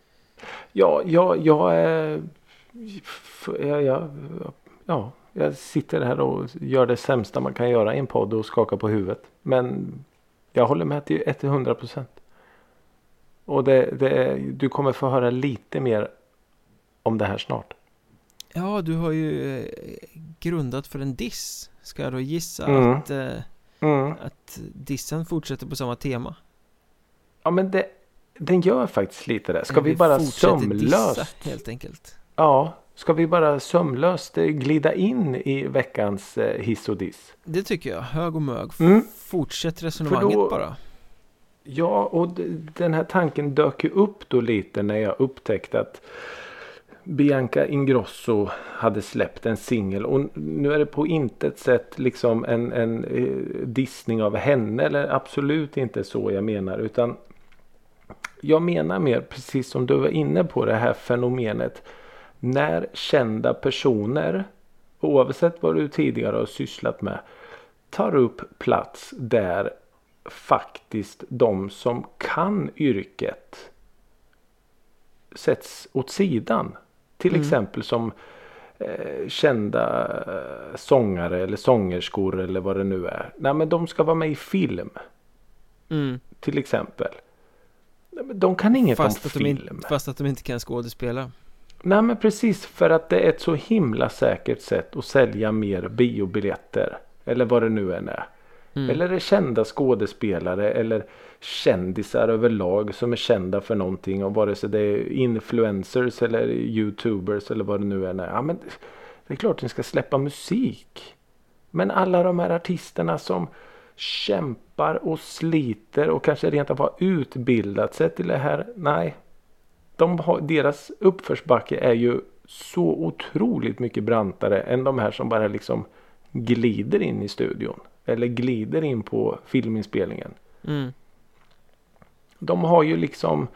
Jag sitter här och gör det sämsta man kan göra i en podd och skakar på huvudet. Men jag håller med till 100%. Och du kommer få höra lite mer om det här snart. Ja, du har ju grundat för en diss. Ska jag då gissa att dissen fortsätter på samma tema? Ja, men den gör faktiskt lite det. Ska vi bara sömlöst helt enkelt? Ja, ska vi bara sömlöst glida in i veckans hiss och diss? Det tycker jag. Hög och mög. Fortsätt resonemanget bara. Ja, och den här tanken dök ju upp då lite när jag upptäckte att Bianca Ingrosso hade släppt en singel, och nu är det på intet sätt liksom en dissning av henne, eller absolut inte så jag menar, utan Jag menar mer precis som du var inne på det här fenomenet. När kända personer, oavsett vad du tidigare har sysslat med, tar upp plats där faktiskt de som kan yrket sätts åt sidan. Till exempel som kända sångare eller sångerskor eller vad det nu är. Nej, men de ska vara med i film. Till exempel. De kan inget om film. Fast att de inte kan skådespela. Nej, men precis, för att det är ett så himla säkert sätt att sälja mer biobiljetter. Eller vad det nu än är. Eller är kända skådespelare eller kändisar överlag som är kända för någonting. Och vare sig det är influencers eller youtubers eller vad det nu än är. Ja, men det är klart att ni ska släppa musik. Men alla de här artisterna som kämpar och sliter och kanske rent av har utbildat sig till det här. Nej, deras uppförsbacke är ju så otroligt mycket brantare än de här som bara liksom glider in i studion. Eller glider in på filminspelningen. De har ju liksom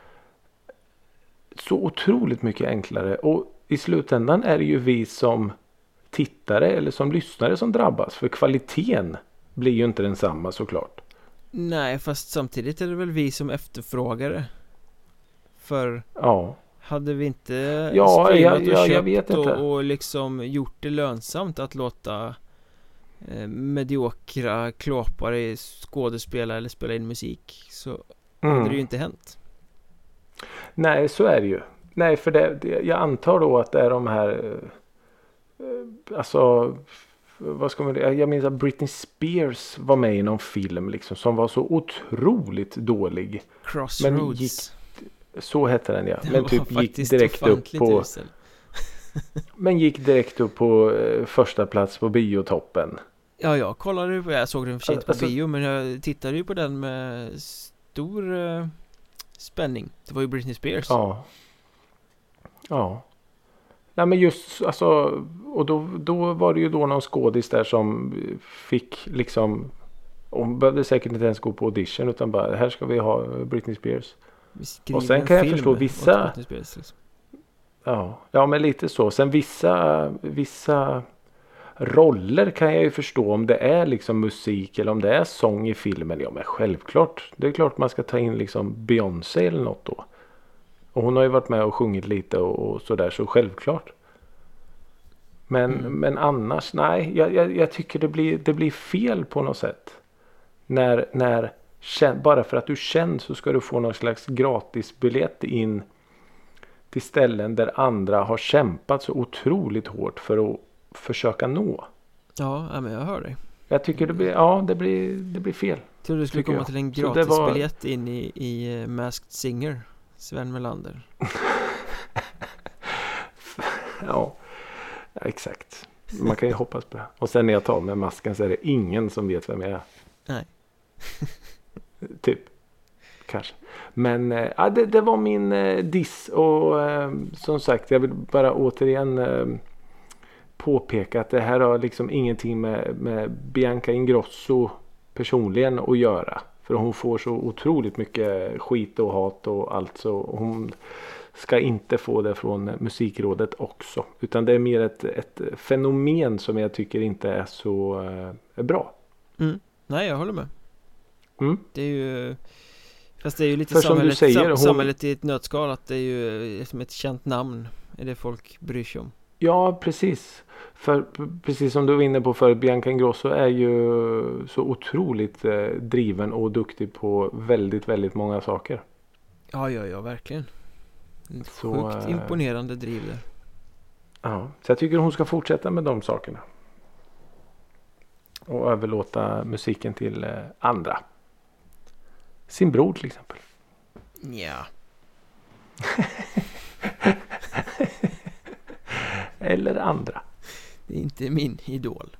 så otroligt mycket enklare. Och i slutändan är det ju vi som tittare eller som lyssnare som drabbas. För kvaliteten blir ju inte densamma såklart. Nej, fast samtidigt är det väl vi som efterfrågar det. För hade vi inte streamat och köpt och liksom gjort det lönsamt att låta mediokra klåpare skådespela eller spela in musik, så hade det ju inte hänt. Nej, så är det ju. Nej, för jag antar då att det är de här alltså vad ska man, jag minns att Britney Spears var med i någon film liksom, som var så otroligt dålig. Crossroads. Så hette den, ja. Men typ gick direkt upp på men gick direkt upp på första plats på biotoppen. Ja, jag kollade på, jag såg den för sig på bio, men jag tittade ju på den med stor spänning. Det var ju Britney Spears. Ja. Nej, men just alltså, och då var det ju då någon skådis där som fick liksom, hon behövde säkert inte ens gå på audition utan bara, här ska vi ha Britney Spears. Och sen kan jag förstå vissa Spears, liksom. Ja, men lite så. Sen vissa roller kan jag ju förstå om det är liksom musik eller om det är sång i filmen. Ja, men självklart. Det är klart man ska ta in liksom Beyoncé eller något då. Och hon har ju varit med och sjungit lite och sådär, så självklart. Men annars, nej, jag tycker det blir fel på något sätt. När bara för att du känner så ska du få någon slags gratisbiljett in till ställen där andra har kämpat så otroligt hårt för att försöka nå. Ja, men jag hör dig. Jag tycker det blir fel. Tror du skulle komma till en gratisbiljett in i Masked Singer, Sven Melander? Ja, exakt. Man kan ju hoppas på det. Och sen när jag tar med masken så är det ingen som vet vem jag är. Nej. Typ. Kanske. Men det var min diss. Och som sagt, jag vill bara återigen påpeka att det här har liksom ingenting med Bianca Ingrosso personligen att göra. För hon får så otroligt mycket skit och hat och allt, så hon ska inte få det från Musikrådet också. Utan det är mer ett fenomen som jag tycker inte är så bra. Nej, jag håller med. Det är ju, fast det är ju lite samhället i ett nötskal, att det är ju som ett känt namn är det folk bryr sig om. Ja, precis. För precis som du var inne på förut, Bianca Ingrosso är ju så otroligt driven och duktig på väldigt, väldigt många saker. Ja, verkligen. Sjukt imponerande driv där. Ja, så jag tycker hon ska fortsätta med de sakerna. Och överlåta musiken till andra. Sin bror till exempel. Ja. Eller andra. Det är inte min idol.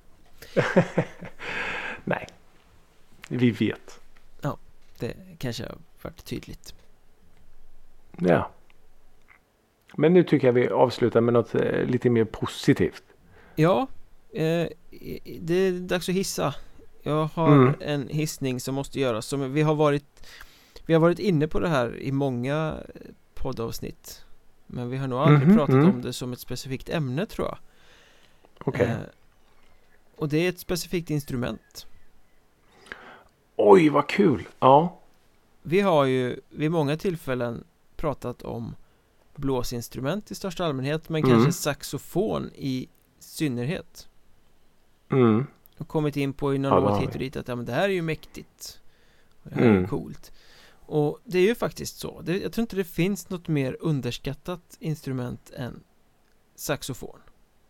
Nej. Vi vet. Ja, det kanske har varit tydligt. Ja. Men nu tycker jag vi avslutar med något lite mer positivt. Ja, det är dags att hissa. Jag har en hissning som måste göras. Vi har Vi har varit inne på det här i många poddavsnitt, men vi har nog aldrig pratat om det som ett specifikt ämne, tror jag. Okej. Och det är ett specifikt instrument. Oj, vad kul! Ja. Vi har ju vid många tillfällen pratat om blåsinstrument i största allmänhet, men kanske saxofon i synnerhet. Och kommit in på i någon låt hit och dit att men det här är ju mäktigt. Det här är ju coolt. Och det är ju faktiskt så. Jag tror inte det finns något mer underskattat instrument än saxofon.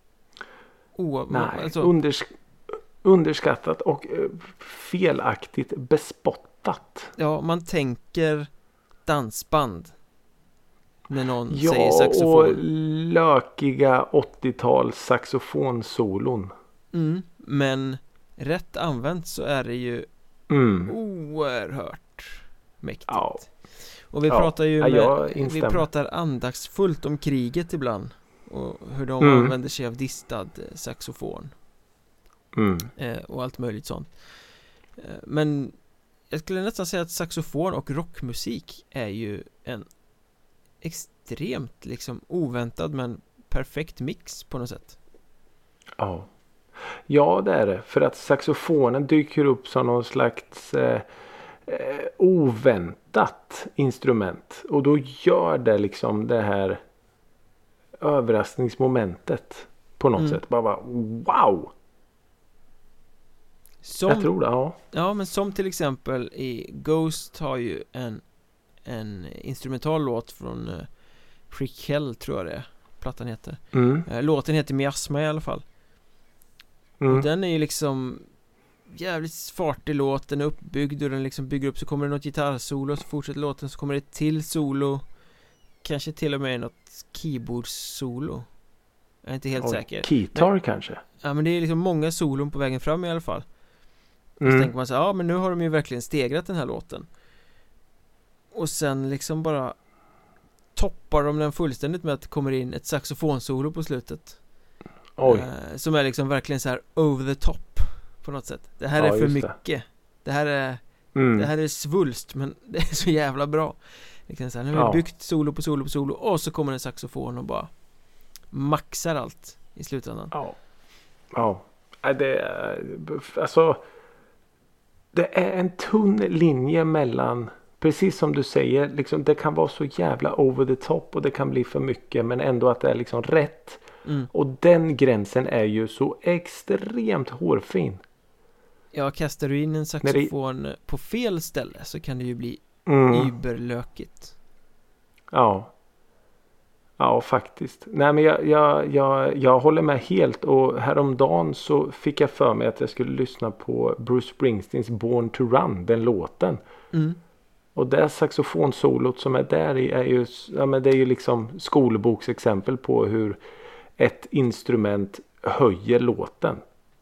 Nej, underskattat och felaktigt bespottat. Ja, man tänker dansband när någon säger saxofon. Och lökiga 80-tals saxofonsolon. Men rätt använt så är det ju oerhört mäktigt. Ja. Och vi pratar ju vi pratar andaktsfullt om kriget ibland och hur de använder sig av distad saxofon. Och allt möjligt sånt. Men jag skulle nästan säga att saxofon och rockmusik är ju en extremt liksom oväntad men perfekt mix på något sätt. Ja, det är det. För att saxofonen dyker upp som någon slags oväntat instrument. Och då gör det liksom det här överraskningsmomentet på något sätt. Bara wow! Jag tror det, ja, men som till exempel i Ghost har ju en instrumental låt från Prick Hell, tror jag det är, plattan heter. Låten heter Miasma i alla fall. Och den är ju liksom jävligt fartig låt, den är uppbyggd och den liksom bygger upp, så kommer det något gitarrsolo, så fortsätter låten, så kommer det till solo, kanske till och med något keyboard-solo. Jag är inte helt säker. Guitar kanske? Ja, men det är liksom många solon på vägen fram i alla fall. Och så tänker man så här, men nu har de ju verkligen stegrat den här låten. Och sen liksom bara toppar de den fullständigt med att det kommer in ett saxofonsolo på slutet. Som är liksom verkligen så här over the top på något sätt. Det här är för mycket. Det här är svulst, men det är så jävla bra. Liksom så här, nu har vi byggt solo på solo på solo, och så kommer en saxofon och bara maxar allt i slutändan. Det är, alltså, det är en tunn linje mellan, precis som du säger, liksom, det kan vara så jävla over the top och det kan bli för mycket, men ändå att det är liksom rätt. Och den gränsen är ju så extremt hårfin. Ja, kastar du in en saxofon på fel ställe så kan det ju bli überlökigt. Ja, faktiskt. Nej, men jag håller med helt. Och häromdagen så fick jag för mig att jag skulle lyssna på Bruce Springsteens Born to Run, den låten. Och det saxofonsolot som är där i är ju, men det är ju liksom skolboksexempel på hur ett instrument höjer låten.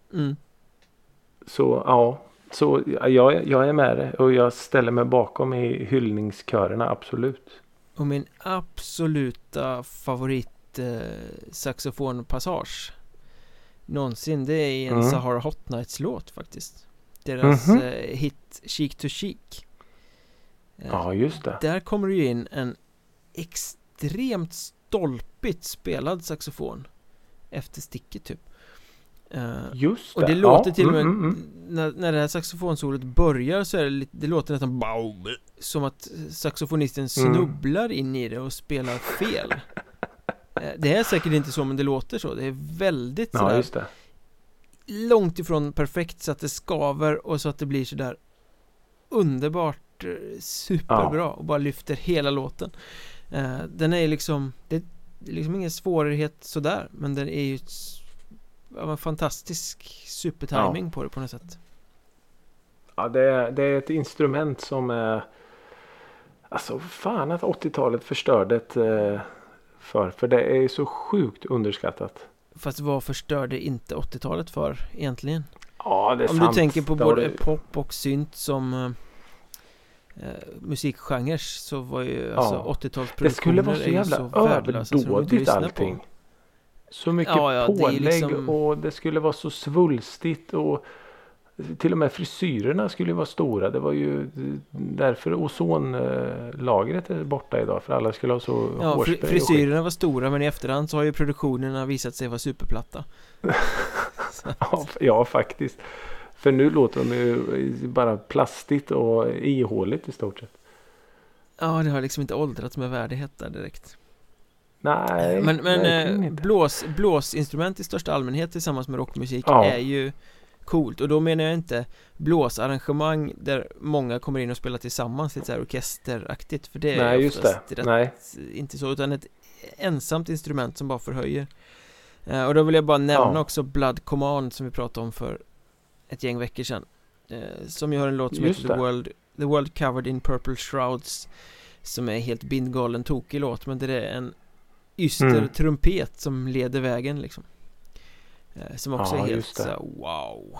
Så jag är med det, och jag ställer mig bakom i hyllningskörerna, absolut. Och min absoluta favorit saxofonpassage någonsin, det är i en Sahara Hot Nights låt faktiskt. Deras hit Cheek to Cheek. Ja, just det. Där kommer det ju in en extremt stolpigt spelad saxofon efter sticket typ. Just det. Och det låter till och med när det här saxofonsolot börjar, så är det låter nästan som att saxofonisten snubblar in i det och spelar fel. Det är säkert inte så, men det låter så. Det är väldigt sådär, just det, långt ifrån perfekt, så att det skaver och så att det blir sådär underbart superbra och bara lyfter hela låten. Den är liksom, det är liksom ingen svårighet sådär, men den är ju en fantastisk supertiming på det på något sätt. Ja, det är ett instrument som är, alltså fan att 80-talet förstörde för det är så sjukt underskattat. Fast vad förstörde inte 80-talet för egentligen? Ja, det är sant. Om du tänker på både pop och synt som musikgenrer, så var ju alltså 80-talsproduktioner, det skulle vara så jävla överdådigt allting. Så mycket pålägg liksom, och det skulle vara så svulstigt och till och med frisyrerna skulle ju vara stora. Det var ju därför ozonlagret är borta idag. För alla skulle ha så hårspray. Frisyrerna var stora, men i efterhand så har ju produktionerna visat sig vara superplatta. Ja, faktiskt. För nu låter de ju bara plastigt och ihåligt i stort sett. Ja, det har liksom inte åldrats med värdighet där direkt. Nej, men blåsinstrument i största allmänhet tillsammans med rockmusik är ju coolt. Och då menar jag inte blåsarrangemang där många kommer in och spelar tillsammans, lite så här orkesteraktigt, för det är oftast inte så, utan ett ensamt instrument som bara förhöjer. Och då vill jag bara nämna också Blood Command som vi pratade om för ett gäng veckor sedan, som ju har en låt som heter The World Covered in Purple Shrouds, som är helt bindgalen tokig låt, men det är en yster trumpet som leder vägen liksom. Som också är helt så wow.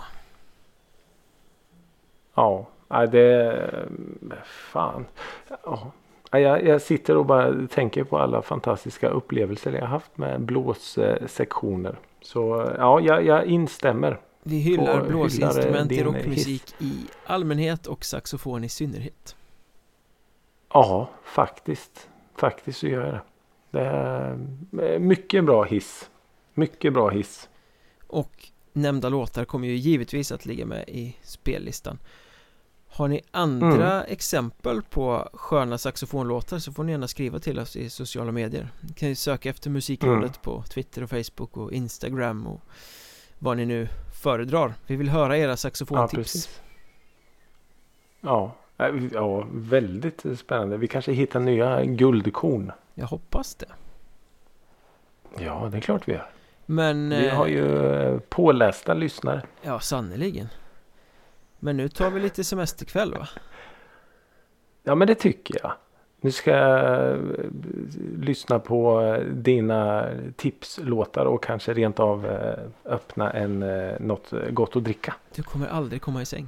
Ja, det fan. Jag sitter och bara tänker på alla fantastiska upplevelser jag har haft med blåssektioner. Så ja, jag instämmer. Vi hyllar blåsinstrument i rockmusik i allmänhet och saxofon i synnerhet. Ja, faktiskt så gör jag det. Det är mycket bra hiss. Mycket bra hiss. Och nämnda låtar kommer ju givetvis att ligga med i spellistan. Har ni andra exempel på sköna saxofonlåtar så får ni gärna skriva till oss i sociala medier. Ni kan ju söka efter Musikrådet på Twitter och Facebook och Instagram och vad ni nu föredrar. Vi vill höra era saxofontips. Ja, väldigt spännande. Vi kanske hittar nya guldkorn. Jag hoppas det. Ja, det är klart vi gör. Men vi har ju pålästa lyssnare. Ja, sannoliken. Men nu tar vi lite semesterkväll, va? Ja, men det tycker jag. Nu ska jag lyssna på dina tipslåtar och kanske rent av öppna något gott att dricka. Du kommer aldrig komma i säng.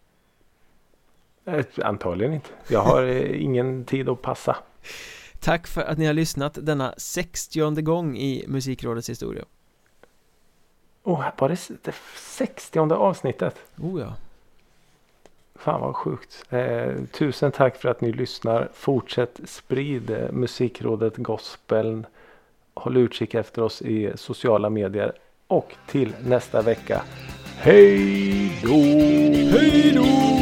Antagligen inte. Jag har ingen tid att passa. Tack för att ni har lyssnat denna 60:e gång i Musikrådets historia. Var det 60:e avsnittet? Ja. Fan vad sjukt. Tusen tack för att ni lyssnar. Fortsätt sprid Musikrådet Gospeln. Håll utkik efter oss i sociala medier. Och till nästa vecka. Hej då! Hej då!